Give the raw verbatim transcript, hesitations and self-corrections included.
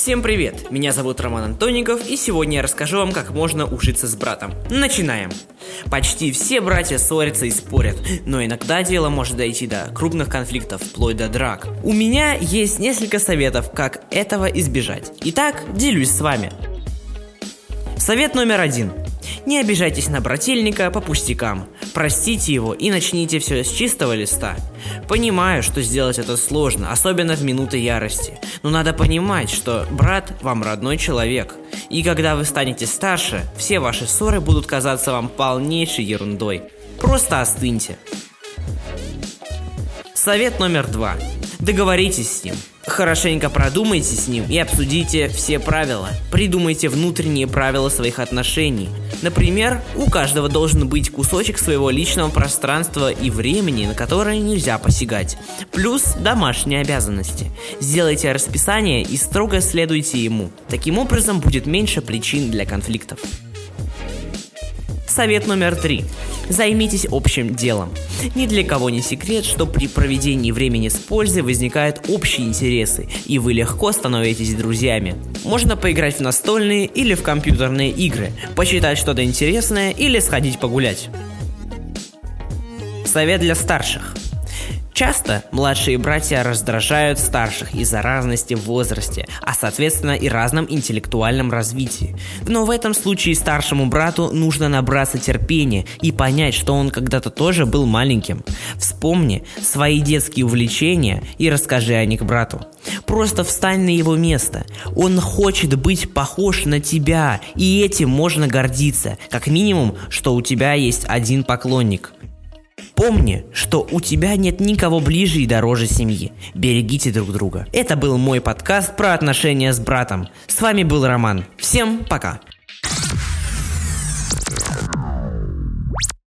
Всем привет, меня зовут Роман Антонников, и сегодня я расскажу вам, как можно ужиться с братом. Начинаем! Почти все братья ссорятся и спорят, но иногда дело может дойти до крупных конфликтов, вплоть до драк. У меня есть несколько советов, как этого избежать. Итак, делюсь с вами. Совет номер один. Не обижайтесь на брательника по пустякам. Простите его и начните все с чистого листа. Понимаю, что сделать это сложно, особенно в минуты ярости. Но надо понимать, что брат вам родной человек. И когда вы станете старше, все ваши ссоры будут казаться вам полнейшей ерундой. Просто остыньте. Совет номер два. Договоритесь с ним. Хорошенько продумайте с ним и обсудите все правила. Придумайте внутренние правила своих отношений. Например, у каждого должен быть кусочек своего личного пространства и времени, на которое нельзя посягать. Плюс домашние обязанности. Сделайте расписание и строго следуйте ему. Таким образом будет меньше причин для конфликтов. Совет номер три. Займитесь общим делом. Ни для кого не секрет, что при проведении времени с пользой возникают общие интересы, и вы легко становитесь друзьями. Можно поиграть в настольные или в компьютерные игры, почитать что-то интересное или сходить погулять. Совет для старших. Часто младшие братья раздражают старших из-за разности в возрасте, а соответственно и разном интеллектуальном развитии. Но в этом случае старшему брату нужно набраться терпения и понять, что он когда-то тоже был маленьким. Вспомни свои детские увлечения и расскажи о них брату. Просто встань на его место. Он хочет быть похож на тебя, и этим можно гордиться. Как минимум, что у тебя есть один поклонник. Помни, что у тебя нет никого ближе и дороже семьи. Берегите друг друга. Это был мой подкаст про отношения с братом. С вами был Роман. Всем пока.